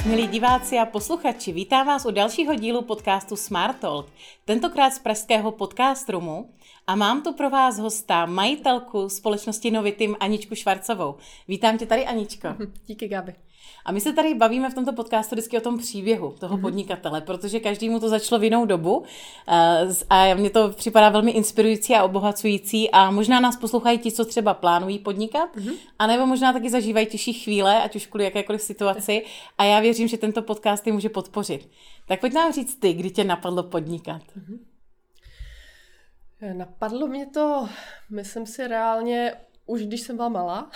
Milí diváci a posluchači, vítám vás u dalšího dílu podcastu Smart Talk, tentokrát z pražského podcast roomu, a mám tu pro vás hosta, majitelku společnosti Novitym Aničku Švarcovou. Vítám tě tady, Aničko. Díky, Gabi. A my se tady bavíme v tomto podcastu vždycky o tom příběhu toho podnikatele, protože každému to začalo v jinou dobu a mně to připadá velmi inspirující a obohacující a možná nás poslouchají ti, co třeba plánují podnikat, anebo možná taky zažívají těžší chvíle, ať už kvůli jakékoliv situaci, a já věřím, že tento podcast je může podpořit. Tak pojď nám říct ty, kdy tě napadlo podnikat. Napadlo mě to, myslím si reálně, už když jsem byla malá.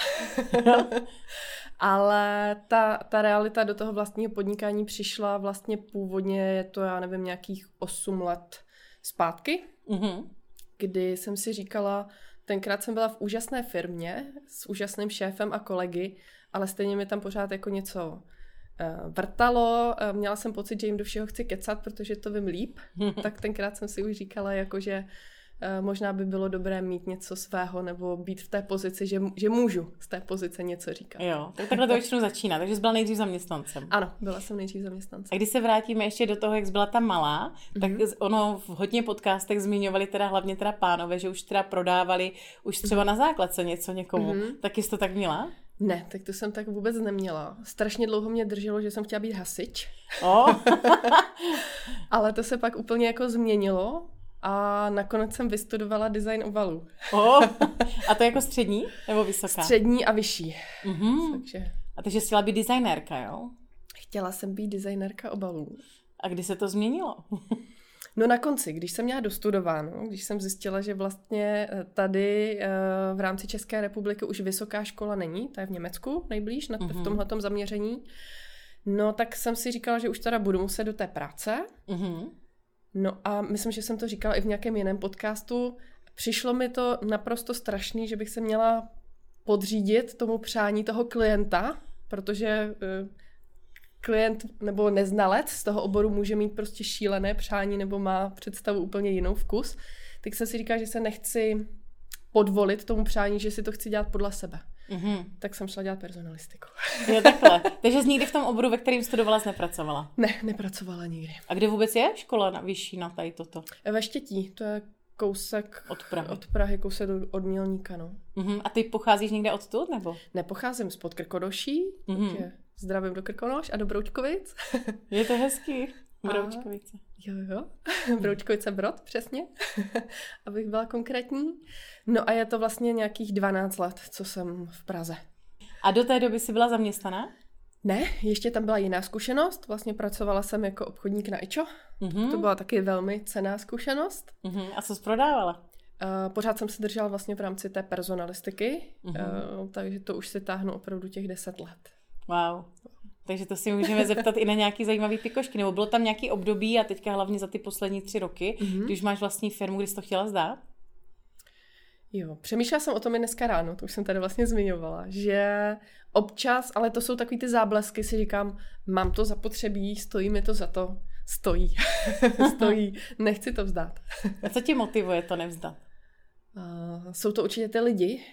Ale ta realita do toho vlastního podnikání přišla vlastně původně, je to, já nevím, nějakých 8 let zpátky, kdy jsem si říkala, tenkrát jsem byla v úžasné firmě s úžasným šéfem a kolegy, ale stejně mi tam pořád jako něco vrtalo, měla jsem pocit, že jim do všeho chci kecat, protože to vím líp, tak tenkrát jsem si už říkala, jakože možná by bylo dobré mít něco svého nebo být v té pozici, že můžu z té pozice něco říkat. Jo, tak takhle to většinou začíná, takže jsi byla nejdřív zaměstnancem. Ano, byla jsem nejdřív zaměstnancem. A když se vrátíme ještě do toho, jak jsi byla tam malá, tak ono v hodně podcastech zmiňovali teda hlavně teda pánové, že už teda prodávali už třeba na základce něco někomu. Tak jsi to tak měla? Ne, tak to jsem tak vůbec neměla. Strašně dlouho mě drželo, že jsem chtěla být hasič. Ale to se pak úplně jako změnilo. A nakonec jsem vystudovala design obalů. A to jako střední nebo vysoká? Střední a vyšší. Takže jsi chtěla být designérka, jo? Chtěla jsem být designérka obalů. A kdy se to změnilo? No na konci, když jsem měla dostudováno, když jsem zjistila, že vlastně tady v rámci České republiky už vysoká škola není, ta je v Německu nejblíž, v tomhletom zaměření, no tak jsem si říkala, že už teda budu muset do té práce. No a myslím, že jsem to říkala i v nějakém jiném podcastu. Přišlo mi to naprosto strašný, že bych se měla podřídit tomu přání toho klienta, protože klient nebo neznalec z toho oboru může mít prostě šílené přání nebo má představu úplně jinou vkus. Tak jsem si říkala, že se nechci podvolit tomu přání, že si to chci dělat podle sebe. Tak jsem šla dělat personalistiku. Jo, takhle. Takže jsi nikdy v tom oboru, ve kterým studovala, jsi nepracovala? Ne, nepracovala nikdy. A kde vůbec je škola vyšší na tady toto? Ve Štětí, to je kousek od Prahy, kousek od Mělníka, no. A ty pocházíš někde odtud, nebo? Nepocházím spod Krkonoší, takže zdravím do Krkonoš a do Broučkovic. Je to hezký. Broučkovice. Jo. Broučkovice Brod, přesně. Abych byla konkrétní. No a je to vlastně nějakých 12 let, co jsem v Praze. A do té doby jsi byla zaměstnaná? Ne, ještě tam byla jiná zkušenost. Vlastně pracovala jsem jako obchodník na IČO. To byla taky velmi cenná zkušenost. A co jsi prodávala? Pořád jsem se držela vlastně v rámci té personalistiky, takže to už si táhnu opravdu těch 10 let. Wow. Takže to si můžeme zeptat i na nějaký zajímavý pikošky. Nebo bylo tam nějaký období a teďka hlavně za ty poslední 3 roky, když máš vlastní firmu, kdy jsi to chtěla zdát? Jo, přemýšlela jsem o tom i dneska ráno, to už jsem tady vlastně zmiňovala, že občas, ale to jsou takový ty záblesky, si říkám, mám to zapotřebí, stojí mi to za to, stojí, nechci to vzdát. A co tě motivuje to nevzdat? Jsou to určitě ty lidi.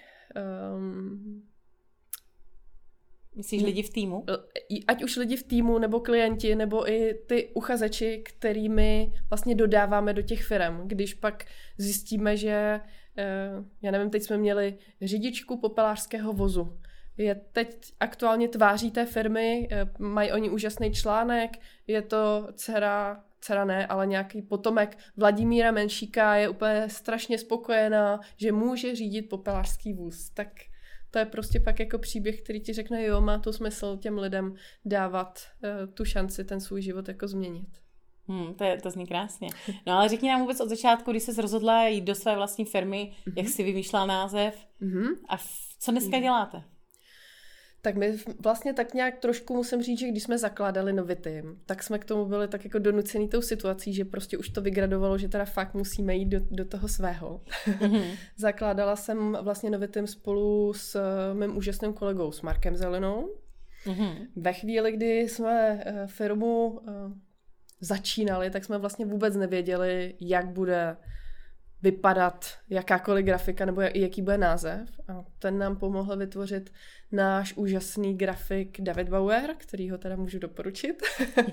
Myslíš lidi v týmu? Ať už lidi v týmu, nebo klienti, nebo i ty uchazeči, kterými vlastně dodáváme do těch firem. Když pak zjistíme, že, já nevím, teď jsme měli řidičku popelářského vozu. Je teď aktuálně tváří té firmy, mají oni úžasný článek, je to dcera ne, ale nějaký potomek Vladimíra Menšíka, je úplně strašně spokojená, že může řídit popelářský vůz. Tak to je prostě pak jako příběh, který ti řekne, jo, má to smysl těm lidem dávat tu šanci ten svůj život jako změnit. To zní krásně. No ale řekni nám vůbec od začátku, když jsi rozhodla jít do své vlastní firmy, jak jsi vymýšlela název a co dneska děláte? Tak my vlastně tak nějak trošku musím říct, že když jsme zakládali Novitym, tak jsme k tomu byli tak jako donucený tou situací, že prostě už to vygradovalo, že teda fakt musíme jít do toho svého. Zakládala jsem vlastně Novitym spolu s mým úžasným kolegou, s Markem Zelenou. Ve chvíli, kdy jsme firmu začínali, tak jsme vlastně vůbec nevěděli, jak bude vypadat jakákoliv grafika nebo jaký bude název. A ten nám pomohl vytvořit náš úžasný grafik David Bauer, který ho teda můžu doporučit.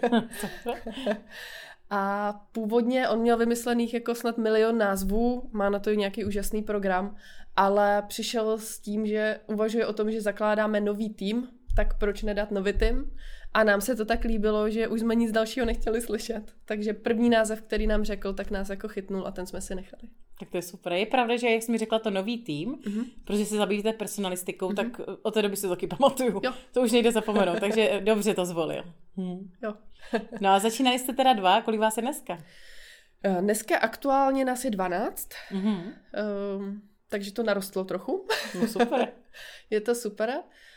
A původně on měl vymyslených jako snad 1 000 000 názvů, má na to i nějaký úžasný program, ale přišel s tím, že uvažuje o tom, že zakládáme nový tým, tak proč nedat nový tým? A nám se to tak líbilo, že už jsme nic dalšího nechtěli slyšet. Takže první název, který nám řekl, tak nás jako chytnul a ten jsme si nechali. Tak to je super. Je pravda, že jak jsi mi řekla to nový tým, protože se zabývíte personalistikou, tak od té doby si to taky pamatuju. Jo. To už nejde zapomenout, takže dobře to zvolil. Jo. No a začínali jste teda 2, kolik vás je dneska? Dneska aktuálně nás je 12, takže to narostlo trochu. No super. Je to super.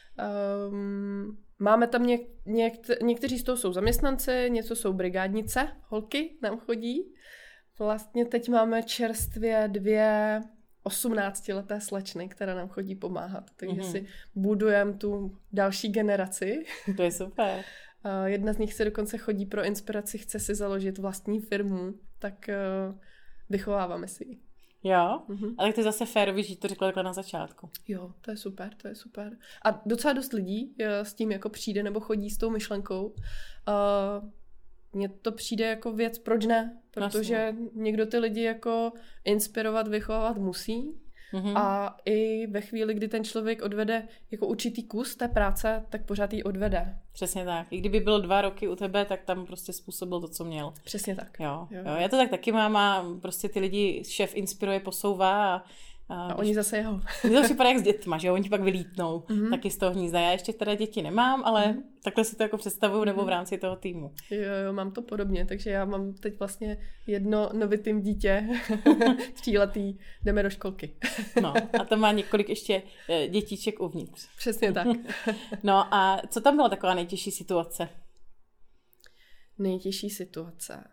Máme tam někteří z toho jsou zaměstnanci, něco jsou brigádnice, holky nám chodí. Vlastně teď máme čerstvě 2 18leté slečny, které nám chodí pomáhat. Takže si budujeme tu další generaci. To je super. Jedna z nich se dokonce chodí pro inspiraci, chce si založit vlastní firmu, tak vychováváme si ji. Jo, ale to je zase férový, že to řekla takhle na začátku. Jo, to je super. A docela dost lidí s tím jako přijde nebo chodí s tou myšlenkou. Mně to přijde jako věc, proč ne? Protože někdo ty lidi jako inspirovat, vychovávat musí. A i ve chvíli, kdy ten člověk odvede jako určitý kus té práce, tak pořád ji odvede. Přesně tak. I kdyby bylo 2 roky u tebe, tak tam prostě způsobil to, co měl. Přesně tak. Jo. Já to tak taky mám a prostě ty lidi šéf inspiruje, posouvá a oni zase jeho. Mně to připadá jak s dětma, že oni ti pak vylítnou taky z toho hnízda. Já ještě teda děti nemám, ale takhle si to jako představuju nebo v rámci toho týmu. Jo, mám to podobně, takže já mám teď vlastně jedno nový tým dítě, 3letý, jdeme do školky. No a to má několik ještě dětíček uvnitř. Přesně tak. No a co tam byla taková nejtěžší situace? Nejtěžší situace?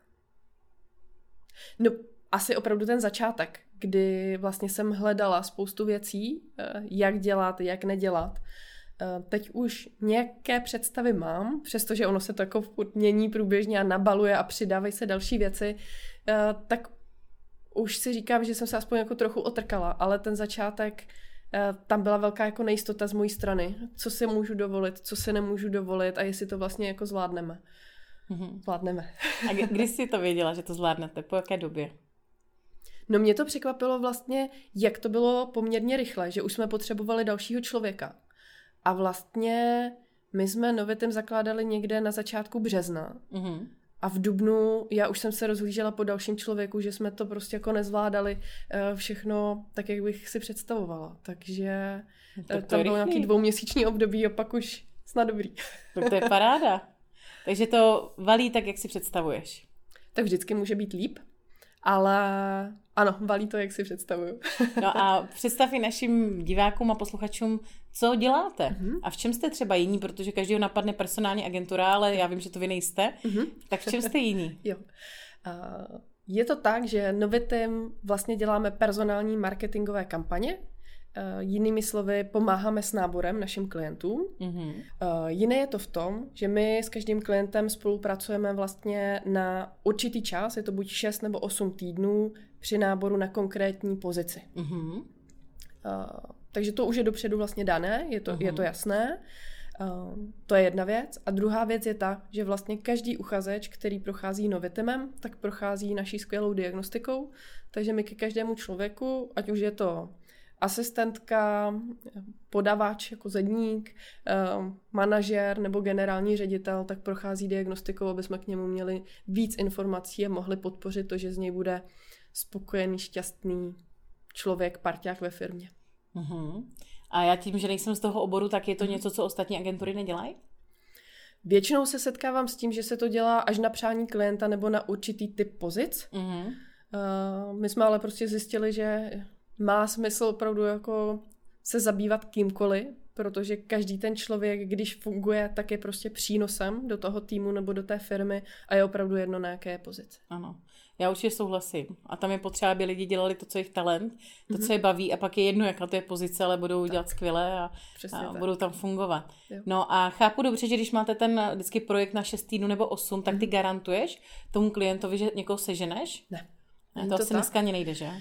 No, asi opravdu ten začátek, kdy vlastně jsem hledala spoustu věcí, jak dělat, jak nedělat. Teď už nějaké představy mám, přestože ono se to jako mění průběžně a nabaluje a přidávají se další věci, tak už si říkám, že jsem se aspoň jako trochu otrkala, ale ten začátek, tam byla velká jako nejistota z mojí strany. Co si můžu dovolit, co si nemůžu dovolit a jestli to vlastně jako zvládneme. Zvládneme. A kdy jsi to věděla, že to zvládnete? Po jaké době? No mě to překvapilo vlastně, jak to bylo poměrně rychle, že už jsme potřebovali dalšího člověka. A vlastně my jsme Novitim zakládali někde na začátku března. A v dubnu já už jsem se rozhlížela po dalším člověku, že jsme to prostě jako nezvládali všechno tak, jak bych si představovala. Takže tam bylo nějaký 2měsíční období a pak už snad dobrý. Tak to je paráda. Takže to valí tak, jak si představuješ. Tak vždycky může být líp, ale ano, valí to, jak si představuju. No a představ i našim divákům a posluchačům, co děláte a v čem jste třeba jiní, protože každého napadne personální agentura, ale já vím, že to vy nejste, tak v čem jste jiní? Jo. Je to tak, že Novitim vlastně děláme personální marketingové kampaně, jinými slovy pomáháme s náborem našim klientům. Jiné je to v tom, že my s každým klientem spolupracujeme vlastně na určitý čas, je to buď 6 nebo 8 týdnů při náboru na konkrétní pozici. Takže to už je dopředu vlastně dané, je to jasné. To je jedna věc. A druhá věc je ta, že vlastně každý uchazeč, který prochází Novitimem, tak prochází naší skvělou diagnostikou. Takže my ke každému člověku, ať už je to asistentka, podavač jako zedník, manažer nebo generální ředitel, tak prochází diagnostikou, aby jsme k němu měli víc informací a mohli podpořit to, že z něj bude spokojený, šťastný člověk, parťák ve firmě. A já tím, že nejsem z toho oboru, tak je to něco, co ostatní agentury nedělají? Většinou se setkávám s tím, že se to dělá až na přání klienta nebo na určitý typ pozic. My jsme ale prostě zjistili, že má smysl opravdu jako se zabývat kýmkoliv, protože každý ten člověk, když funguje, tak je prostě přínosem do toho týmu nebo do té firmy a je opravdu jedno na jaké pozici. Ano, já určitě souhlasím. A tam je potřeba, aby lidi dělali to, co je jejich talent, to, co je baví a pak je jedno, jaká to je pozice, ale budou dělat skvěle a budou tam fungovat. Jo. No a chápu dobře, že když máte ten vždycky projekt na 6 týdnů nebo 8, tak ty garantuješ tomu klientovi, že někoho seženeš? Ne. To asi dneska ani nejde, že?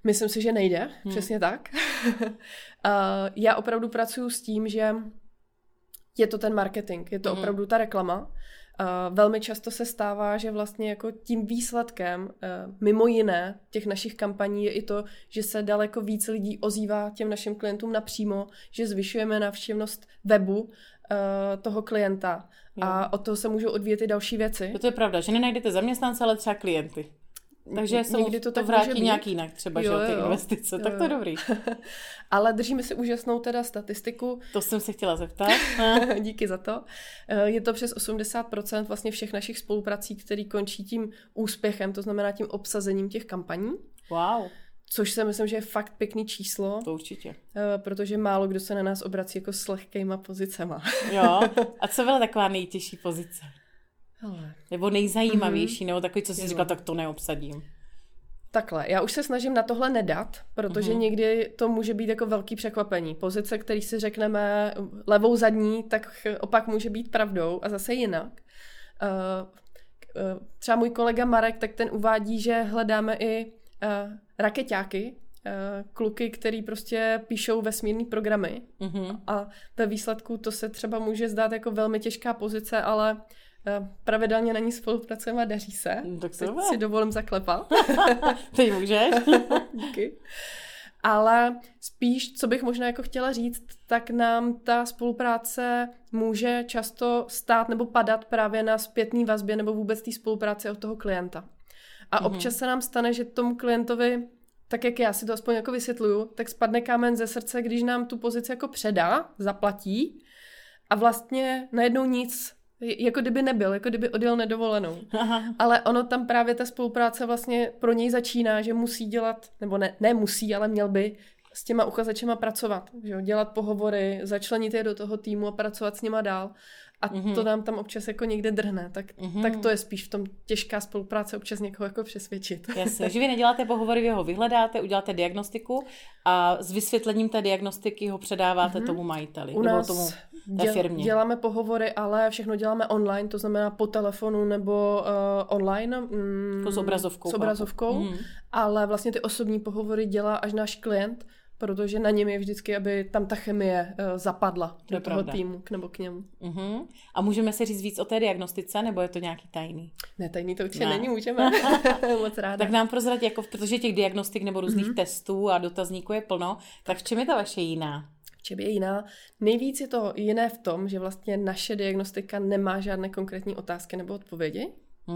Myslím si, že nejde, přesně tak. Já opravdu pracuji s tím, že je to ten marketing, je to opravdu ta reklama. Velmi často se stává, že vlastně jako tím výsledkem, mimo jiné těch našich kampaní, je i to, že se daleko víc lidí ozývá těm našim klientům napřímo, že zvyšujeme návštěvnost webu toho klienta a od toho se můžou odvíjet i další věci. To je pravda, že nenajdete zaměstnance, ale třeba klienty. Takže se někdy to vrátí nějak jinak třeba, že ty investice, tak to je dobrý. Ale držíme si úžasnou teda statistiku. To jsem se chtěla zeptat. Díky za to. Je to přes 80% vlastně všech našich spoluprací, které končí tím úspěchem, to znamená tím obsazením těch kampaní. Wow. Což si myslím, že je fakt pěkný číslo. To určitě. Protože málo kdo se na nás obrací jako s lehkejma pozicema. Jo. A co byla taková nejtěžší pozice? Nebo nejzajímavější, nebo takový, co jsi říkala, tak to neobsadím. Takhle, já už se snažím na tohle nedat, protože někdy to může být jako velký překvapení. Pozice, který si řekneme levou zadní, tak opak může být pravdou a zase jinak. Třeba můj kolega Marek, tak ten uvádí, že hledáme i rakeťáky, kluky, který prostě píšou vesmírný programy a ve výsledku to se třeba může zdát jako velmi těžká pozice, ale pravidelně na ní spolupracujeme a daří se. Tak teď si dovolím zaklepat. Teď můžeš. Díky. Ale spíš, co bych možná jako chtěla říct, tak nám ta spolupráce může často stát nebo padat právě na zpětný vazbě nebo vůbec té spolupráci od toho klienta. A občas se nám stane, že tomu klientovi, tak jak já si to aspoň jako vysvětluju, tak spadne kámen ze srdce, když nám tu pozici jako předá, zaplatí a vlastně najednou nic, jako kdyby nebyl, jako kdyby odjel nedovolenou. Aha. Ale ono tam právě ta spolupráce vlastně pro něj začíná, že musí dělat, nebo ne musí, ale měl by s těma uchazečema pracovat. Že jo? Dělat pohovory, začlenit je do toho týmu a pracovat s nima dál. A to nám tam občas jako někde drhne. Tak to je spíš v tom těžká spolupráce občas někoho jako přesvědčit. Jasně, že vy neděláte pohovory, vy ho vyhledáte, uděláte diagnostiku a s vysvětlením té diagnostiky ho předáváte tomu majiteli. U nás tomu té firmě. Děláme pohovory, ale všechno děláme online, to znamená po telefonu nebo online. S obrazovkou. S obrazovkou, ale vlastně ty osobní pohovory dělá až náš klient, protože na něm je vždycky, aby tam ta chemie zapadla do toho týmu nebo k němu. A můžeme si říct víc o té diagnostice, nebo je to nějaký tajný? Ne, tajný to určitě není, můžeme. Moc ráda. Tak nám prozrať, jako, protože těch diagnostik nebo různých testů a dotazníků je plno, tak v čem je ta vaše jiná? V čem je jiná? Nejvíc je to jiné v tom, že vlastně naše diagnostika nemá žádné konkrétní otázky nebo odpovědi.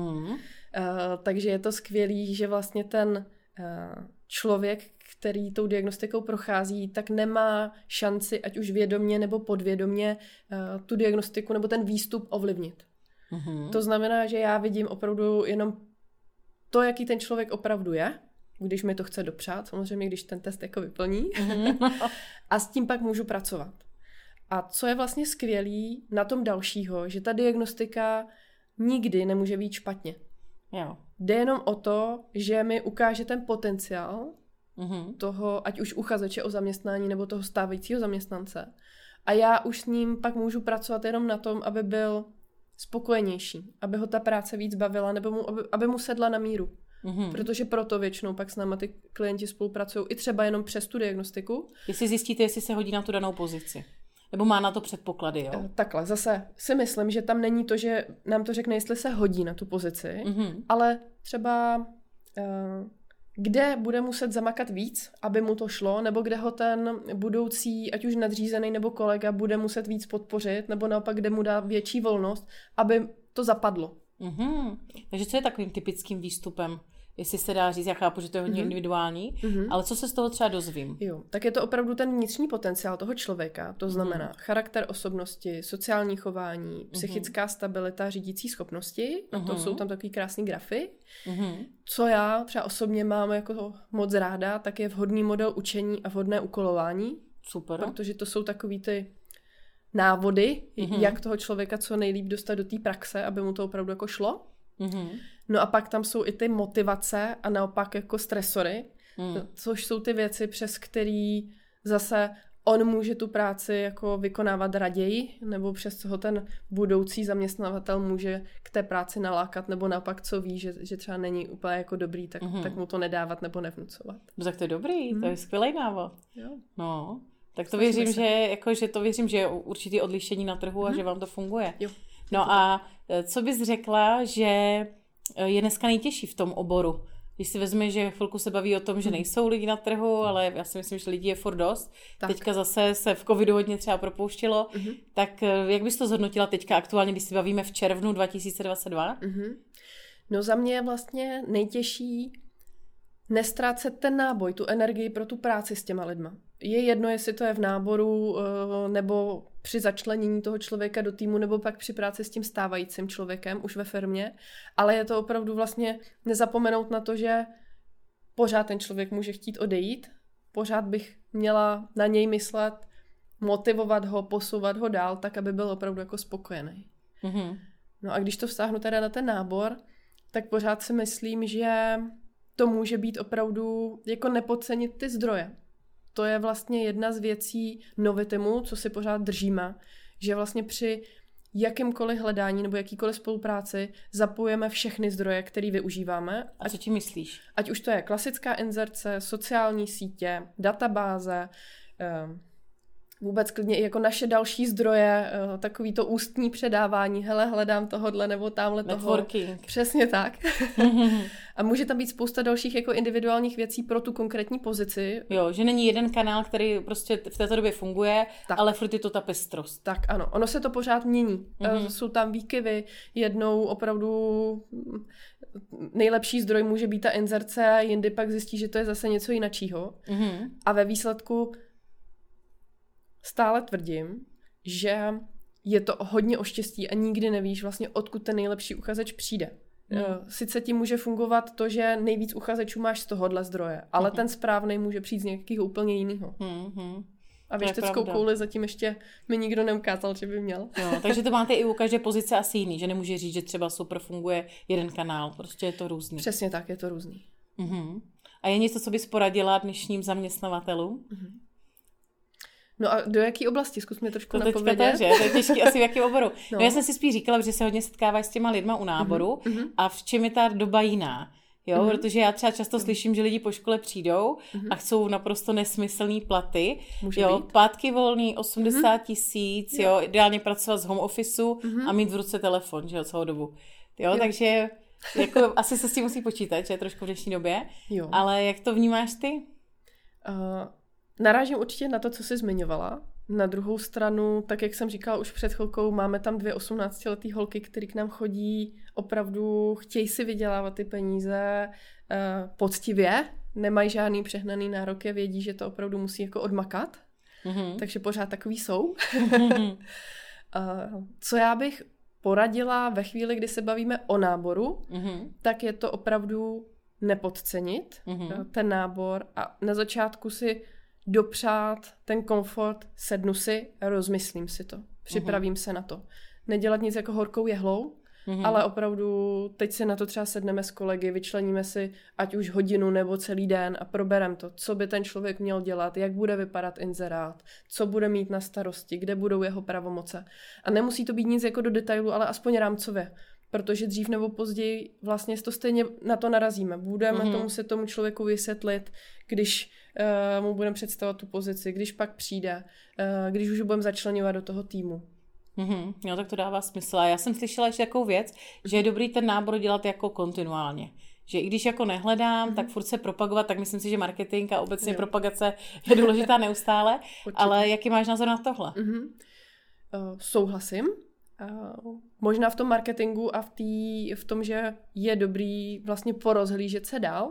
Takže je to skvělý, že vlastně ten člověk, který tou diagnostikou prochází, tak nemá šanci, ať už vědomě nebo podvědomě, tu diagnostiku nebo ten výstup ovlivnit. To znamená, že já vidím opravdu jenom to, jaký ten člověk opravdu je, když mi to chce dopřát, samozřejmě, když ten test jako vyplní. A s tím pak můžu pracovat. A co je vlastně skvělý na tom dalšího, že ta diagnostika nikdy nemůže být špatně. Jo. Jde jenom o to, že mi ukáže ten potenciál toho, ať už uchazeče o zaměstnání nebo toho stávajícího zaměstnance. A já už s ním pak můžu pracovat jenom na tom, aby byl spokojenější, aby ho ta práce víc bavila nebo aby mu sedla na míru. Protože proto většinou pak s náma ty klienti spolupracují i třeba jenom přes tu diagnostiku. Jestli zjistíte, jestli se hodí na tu danou pozici. Nebo má na to předpoklady, jo? Takhle, zase si myslím, že tam není to, že nám to řekne, jestli se hodí na tu pozici, ale třeba kde bude muset zamakat víc, aby mu to šlo, nebo kde ho ten budoucí, ať už nadřízený nebo kolega, bude muset víc podpořit, nebo naopak, kde mu dá větší volnost, aby to zapadlo. Takže co je takovým typickým výstupem? Jestli se dá říct, já chápu, že to je hodně individuální, ale co se z toho třeba dozvím? Jo, tak je to opravdu ten vnitřní potenciál toho člověka, to znamená charakter osobnosti, sociální chování, psychická stabilita, řídící schopnosti, a to jsou tam takový krásný grafy. Co já třeba osobně mám jako moc ráda, tak je vhodný model učení a vhodné úkolování. Super. Protože to jsou takový ty návody, jak toho člověka co nejlíp dostat do té praxe, aby mu to opravdu jako šlo. No a pak tam jsou i ty motivace a naopak jako stresory, což jsou ty věci, přes který zase on může tu práci jako vykonávat raději, nebo přes co ho ten budoucí zaměstnavatel může k té práci nalákat, nebo naopak co ví, že třeba není úplně jako dobrý, tak mu to nedávat nebo nevnucovat. No tak to je dobrý, to je skvělý návod. Jo. No, tak to věřím, že je určitý odlišení na trhu a že vám to funguje. Jo. No a co bys řekla, že je dneska nejtěžší v tom oboru? Když si vezme, že chvilku se baví o tom, že nejsou lidi na trhu, ale já si myslím, že lidí je furt dost. Tak. Teďka zase se v covidu hodně třeba propouštilo. Tak jak bys to zhodnotila teďka aktuálně, když si bavíme v červnu 2022? No za mě je vlastně nejtěžší nestrácet ten náboj, tu energii pro tu práci s těma lidma. Je jedno, jestli to je v náboru nebo při začlenění toho člověka do týmu, nebo pak při práci s tím stávajícím člověkem už ve firmě, ale je to opravdu vlastně nezapomenout na to, že pořád ten člověk může chtít odejít, pořád bych měla na něj myslet, motivovat ho, posouvat ho dál, tak, aby byl opravdu jako spokojený. No a když to vztáhnu teda na ten nábor, tak pořád si myslím, že to může být opravdu jako nepodcenit ty zdroje. To je vlastně jedna z věcí Novitimu, co si pořád držíme, že vlastně při jakýmkoliv hledání nebo jakýkoliv spolupráci zapojíme všechny zdroje, které využíváme. A co ti myslíš? Ať už to je klasická inzerce, sociální sítě, databáze, vůbec klidně i jako naše další zdroje, takový to ústní předávání, hele, hledám tohodle nebo tamhle toho. Networking. Přesně tak. A může tam být spousta dalších jako individuálních věcí pro tu konkrétní pozici. Jo, že není jeden kanál, který prostě v této době funguje, tak. Ale furt je to ta pestrost. Tak ano, ono se to pořád mění. Jsou tam výkyvy, jednou opravdu nejlepší zdroj může být ta inzerce, jindy pak zjistí, že to je zase něco jináčího. A ve výsledku stále tvrdím, že je to hodně o štěstí a nikdy nevíš vlastně, odkud ten nejlepší uchazeč přijde. Sice ti může fungovat to, že nejvíc uchazečů máš z tohohle zdroje, ale ten správný může přijít z nějakého úplně jiného. A věšteckou kouli zatím ještě mi nikdo neukázal, že by měl. Jo, takže to máte i u každé pozice asi jiný, že nemůže říct, že třeba super funguje jeden kanál, prostě je to různý. Přesně tak, je to různý. A je něco, co bys poradila dnešním zaměstnavatelům? No a do jaký oblasti? Zkus mě trošku napovědět. To je těžký asi v jakém oboru. No já jsem si spíš říkala, že se hodně setkáváš s těma lidma u náboru a v čem je ta doba jiná. Jo, protože já třeba často slyším, že lidi po škole přijdou a chcou naprosto nesmyslný platy. Pátky volný, 80 000, jo, ideálně pracovat z home officeu a mít v ruce telefon, že jo, celou dobu. Jo, takže jako, asi se s tím musí počítat, že je trošku v dnešní době. Jo. Ale jak to vnímáš ty? Narážím určitě na to, co jsi zmiňovala. Na druhou stranu, tak jak jsem říkala už před chvilkou, máme tam 2 18letý holky, které k nám chodí, opravdu chtějí si vydělávat ty peníze poctivě, nemají žádný přehnaný nároky, vědí, že to opravdu musí jako odmakat, takže pořád takový jsou. Co já bych poradila ve chvíli, kdy se bavíme o náboru, tak je to opravdu nepodcenit ten nábor a na začátku si dopřát ten komfort, sednu si, rozmyslím si to, připravím se na to. Nedělat nic jako horkou jehlou, ale opravdu teď si na to třeba sedneme s kolegy, vyčleníme si ať už hodinu nebo celý den a probereme to, co by ten člověk měl dělat, jak bude vypadat inzerát, co bude mít na starosti, kde budou jeho pravomoce. A nemusí to být nic jako do detailu, ale aspoň rámcově. Protože dřív nebo později vlastně to stejně na to narazíme. Budeme to muset tomu člověku vysvětlit, když mu budeme představovat tu pozici, když pak přijde, když už budeme začleňovat do toho týmu. Jo, tak to dává smysl. A já jsem slyšela ještě takovou věc, že je dobrý ten nábor dělat jako kontinuálně. Že i když jako nehledám, tak furt se propagovat, tak myslím si, že marketing a obecně propagace je důležitá neustále. Určitě. Ale jaký máš názor na tohle? Souhlasím. Možná v tom marketingu a v tom, že je dobrý vlastně porozhlížet se dál.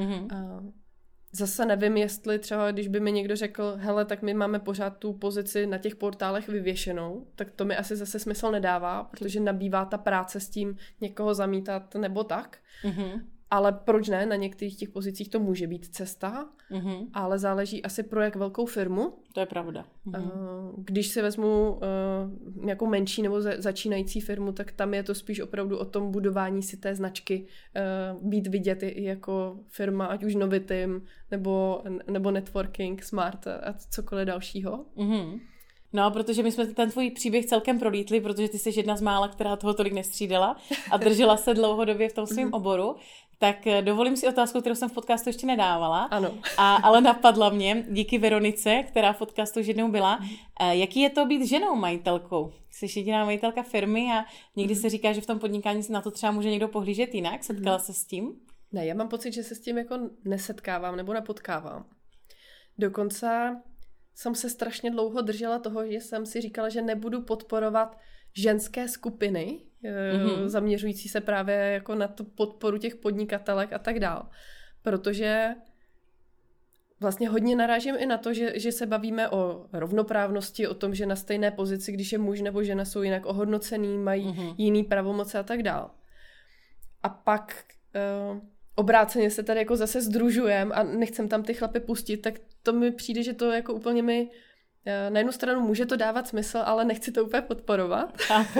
Zase nevím, jestli třeba, když by mi někdo řekl, hele, tak my máme pořád tu pozici na těch portálech vyvěšenou, tak to mi asi zase smysl nedává, protože nabývá ta práce s tím někoho zamítat nebo tak. Ale proč ne? Na některých těch pozicích to může být cesta, ale záleží asi pro jak velkou firmu. To je pravda. Když si vezmu nějakou menší nebo začínající firmu, tak tam je to spíš opravdu o tom budování si té značky, být vidět i jako firma, ať už Novitym, nebo networking, smart a cokoliv dalšího. No, protože my jsme ten tvůj příběh celkem prolítli, protože ty jsi jedna z mála, která toho tolik nestřídala a držela se dlouhodobě v tom svém oboru. Tak dovolím si otázku, kterou jsem v podcastu ještě nedávala, ano. Ale napadla mě díky Veronice, která v podcastu už jednou byla. Jaký je to být ženou majitelkou? Jsi jediná majitelka firmy a někdy se říká, že v tom podnikání na to třeba může někdo pohlížet jinak. Setkala se s tím? Ne, já mám pocit, že se s tím jako nesetkávám nebo nepotkávám. Dokonce jsem se strašně dlouho držela toho, že jsem si říkala, že nebudu podporovat ženské skupiny, zaměřující se právě jako na tu podporu těch podnikatelek a tak dál. Protože vlastně hodně narážím i na to, že se bavíme o rovnoprávnosti, o tom, že na stejné pozici, když je muž nebo žena, jsou jinak ohodnocený, mají jiný pravomoce a tak dál. A pak obráceně se tady jako zase sdružujem a nechcem tam ty chlapy pustit, tak to mi přijde, že to jako úplně mi na jednu stranu může to dávat smysl, ale nechci to úplně podporovat.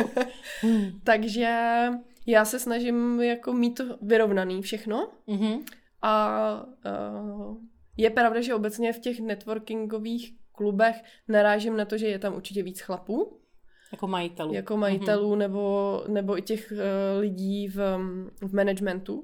Takže já se snažím jako mít to vyrovnaný všechno. A je pravda, že obecně v těch networkingových klubech narážím na to, že je tam určitě víc chlapů. Jako majitelů nebo i těch lidí v managementu.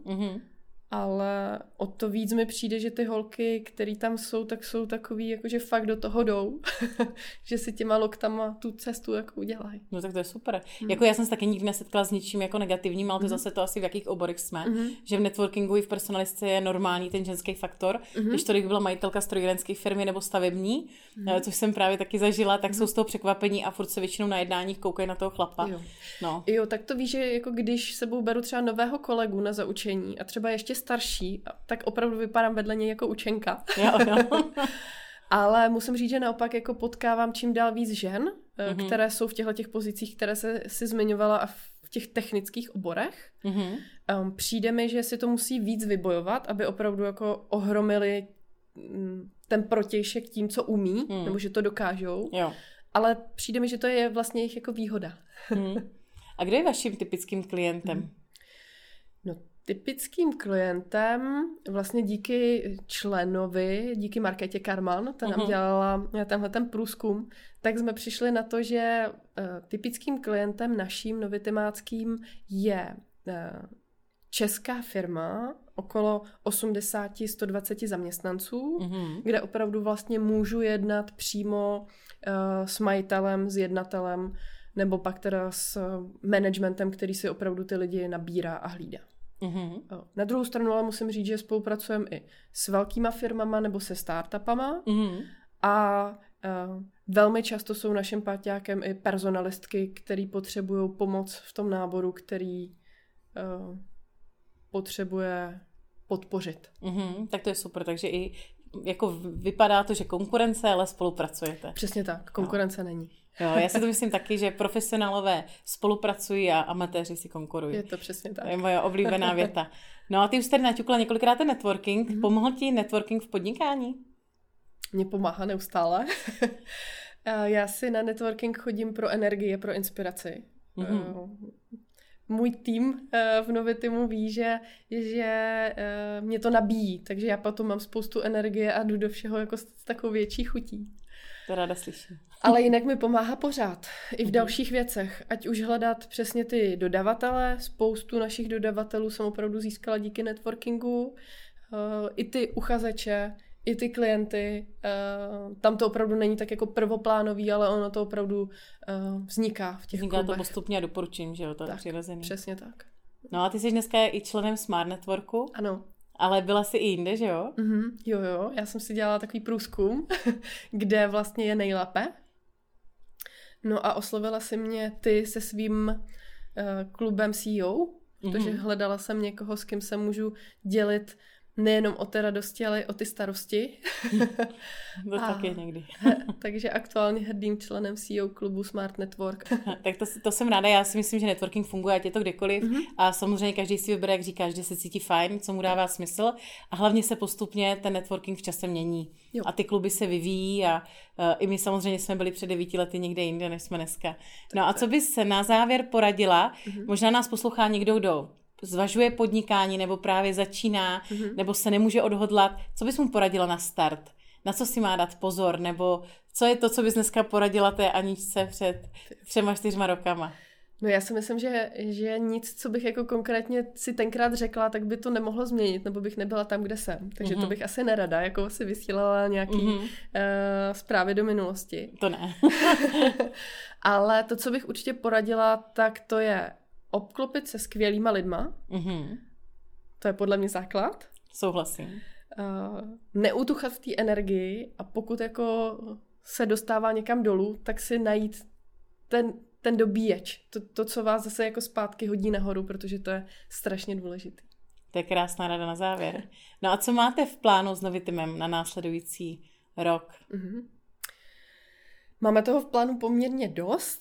Ale o to víc mi přijde, že ty holky, které tam jsou, tak jsou takový, jakože fakt do toho jdou, že si těma loktama tu cestu jako udělají. No tak to je super. Jako já jsem se taky nikdy nesetkala s ničím jako negativním, ale to zase to asi v jakých oborech jsme, že v networkingu i v personalistce je normální ten ženský faktor. Když to byla majitelka strojírenské firmy nebo stavební, což jsem právě taky zažila, tak jsou z toho překvapení a furt se většinou na jednáních koukají na toho chlapa. Jo, tak to víš, že jako když sebou beru třeba nového kolegu na zaučení a třeba ještě starší, tak opravdu vypadám vedle něj jako učenka. Jo. Ale musím říct, že naopak jako potkávám čím dál víc žen, které jsou v těchto pozicích, které si zmiňovala a v těch technických oborech. Přijde mi, že si to musí víc vybojovat, aby opravdu jako ohromili ten protějšek tím, co umí, nebo že to dokážou. Jo. Ale přijde mi, že to je vlastně jejich jako výhoda. A kdo je vaším typickým klientem? No, typickým klientem vlastně díky členovi, díky Markétě Karman, ta nám dělala tenhle ten průzkum, tak jsme přišli na to, že typickým klientem naším novitymáckým je česká firma, okolo 80-120 zaměstnanců, kde opravdu vlastně můžu jednat přímo s majitelem, s jednatelem, nebo pak teda s managementem, který si opravdu ty lidi nabírá a hlídá. Na druhou stranu ale musím říct, že spolupracujeme i s velkýma firmama nebo se startupama a velmi často jsou naším parťákem i personalistky, který potřebují pomoc v tom náboru, který potřebuje podpořit. Tak to je super, takže i jako vypadá to, že konkurence, ale spolupracujete. Přesně tak, konkurence není. Jo, já si to myslím taky, že profesionálové spolupracují a amatéři si konkurují. Je to přesně tak. To je moje oblíbená věta. No a ty už tady naťukla několikrát ten networking. Pomohl ti networking v podnikání? Mě pomáhá neustále. Já si na networking chodím pro energie, pro inspiraci. Můj tým v Novitymu ví, že mě to nabíjí, takže já potom mám spoustu energie a jdu do všeho jako s takovou větší chutí. To ráda slyším. Ale jinak mi pomáhá pořád. I v dalších věcech. Ať už hledat přesně ty dodavatele. Spoustu našich dodavatelů jsem opravdu získala díky networkingu. I ty uchazeče, i ty klienty. Tam to opravdu není tak jako prvoplánový, ale ono to opravdu vzniká v těch klubech. Vzniká to postupně a doporučím, že jo, to je přirozený. Přesně tak. No a ty jsi dneska i členem Smart Networku. Ano. Ale byla jsi i jinde, že jo? Jo. Já jsem si dělala takový průzkum, kde vlastně je nejlépe. No a oslovila si mě ty se svým klubem CEO, protože hledala jsem někoho, s kým se můžu dělit nejenom o té radosti, ale i o ty starosti. To tak je někdy. Takže aktuálně hrdým členem CEO klubu Smart Network. Tak to jsem ráda, já si myslím, že networking funguje, ať je to kdekoliv a samozřejmě každý si vybere, jak říkáš, že se cítí fajn, co mu dává smysl a hlavně se postupně ten networking v čase mění. Jo. A ty kluby se vyvíjí a i my samozřejmě jsme byli před 9 lety někde jinde, než jsme dneska. No a co bys se na závěr poradila? Možná nás poslouchá někdo, kdo zvažuje podnikání nebo právě začíná, nebo se nemůže odhodlat. Co bys mu poradila na start? Na co si má dát pozor? Nebo co je to, co bys dneska poradila té Aničce před 3-4 rokama? No já si myslím, že nic, co bych jako konkrétně si tenkrát řekla, tak by to nemohlo změnit, nebo bych nebyla tam, kde jsem. Takže to bych asi nerada, jako si vysílala nějaký zprávy do minulosti. To ne. Ale to, co bych určitě poradila, tak to je obklopit se skvělýma lidma. To je podle mě základ. Souhlasím. Neutuchat v té energii a pokud jako se dostává někam dolů, tak si najít ten dobíječ. To, co vás zase jako zpátky hodí nahoru, protože to je strašně důležité. To je krásná rada na závěr. No a co máte v plánu s Novitimem na následující rok? Máme toho v plánu poměrně dost.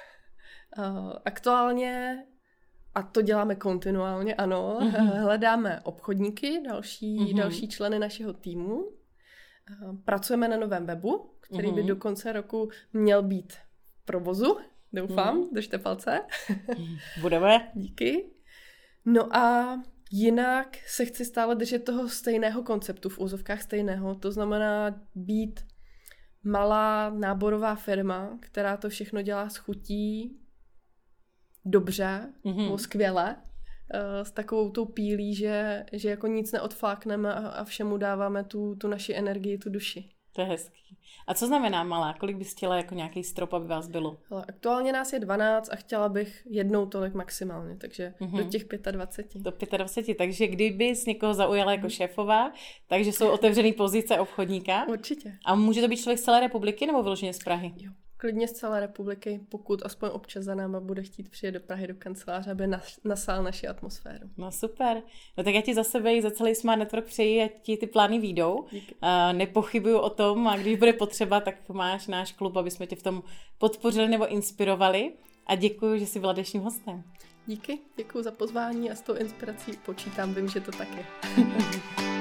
Aktuálně, a to děláme kontinuálně, ano, hledáme obchodníky, další členy našeho týmu. Pracujeme na novém webu, který by do konce roku měl být v provozu. Doufám, držte palce. Budeme. Díky. No a jinak se chci stále držet toho stejného konceptu, v úzovkách stejného. To znamená být malá náborová firma, která to všechno dělá s chutí, dobře, skvěle, s takovou tou pílí, že jako nic neodflákneme a všemu dáváme tu naši energii, tu duši. To je hezký. A co znamená malá? Kolik bys chtěla jako nějaký strop, aby vás bylo? Hele, aktuálně nás je 12 a chtěla bych jednou tolik maximálně, takže do těch 25. Do 25, takže kdybys někoho zaujala jako šéfová, takže jsou otevřený pozice obchodníka. Určitě. A může to být člověk z celé republiky nebo vyloženě z Prahy? Jo, klidně z celé republiky, pokud aspoň občas za náma bude chtít přijet do Prahy do kanceláře, aby nasál naši atmosféru. No super. No tak já ti za sebe i za celý Smart Network přeji, ať ti ty plány výjdou. Nepochybuju o tom a když bude potřeba, tak máš náš klub, aby jsme tě v tom podpořili nebo inspirovali. A děkuji, že jsi byla dnešním hostem. Díky, děkuji za pozvání a s tou inspirací počítám, vím, že to tak je.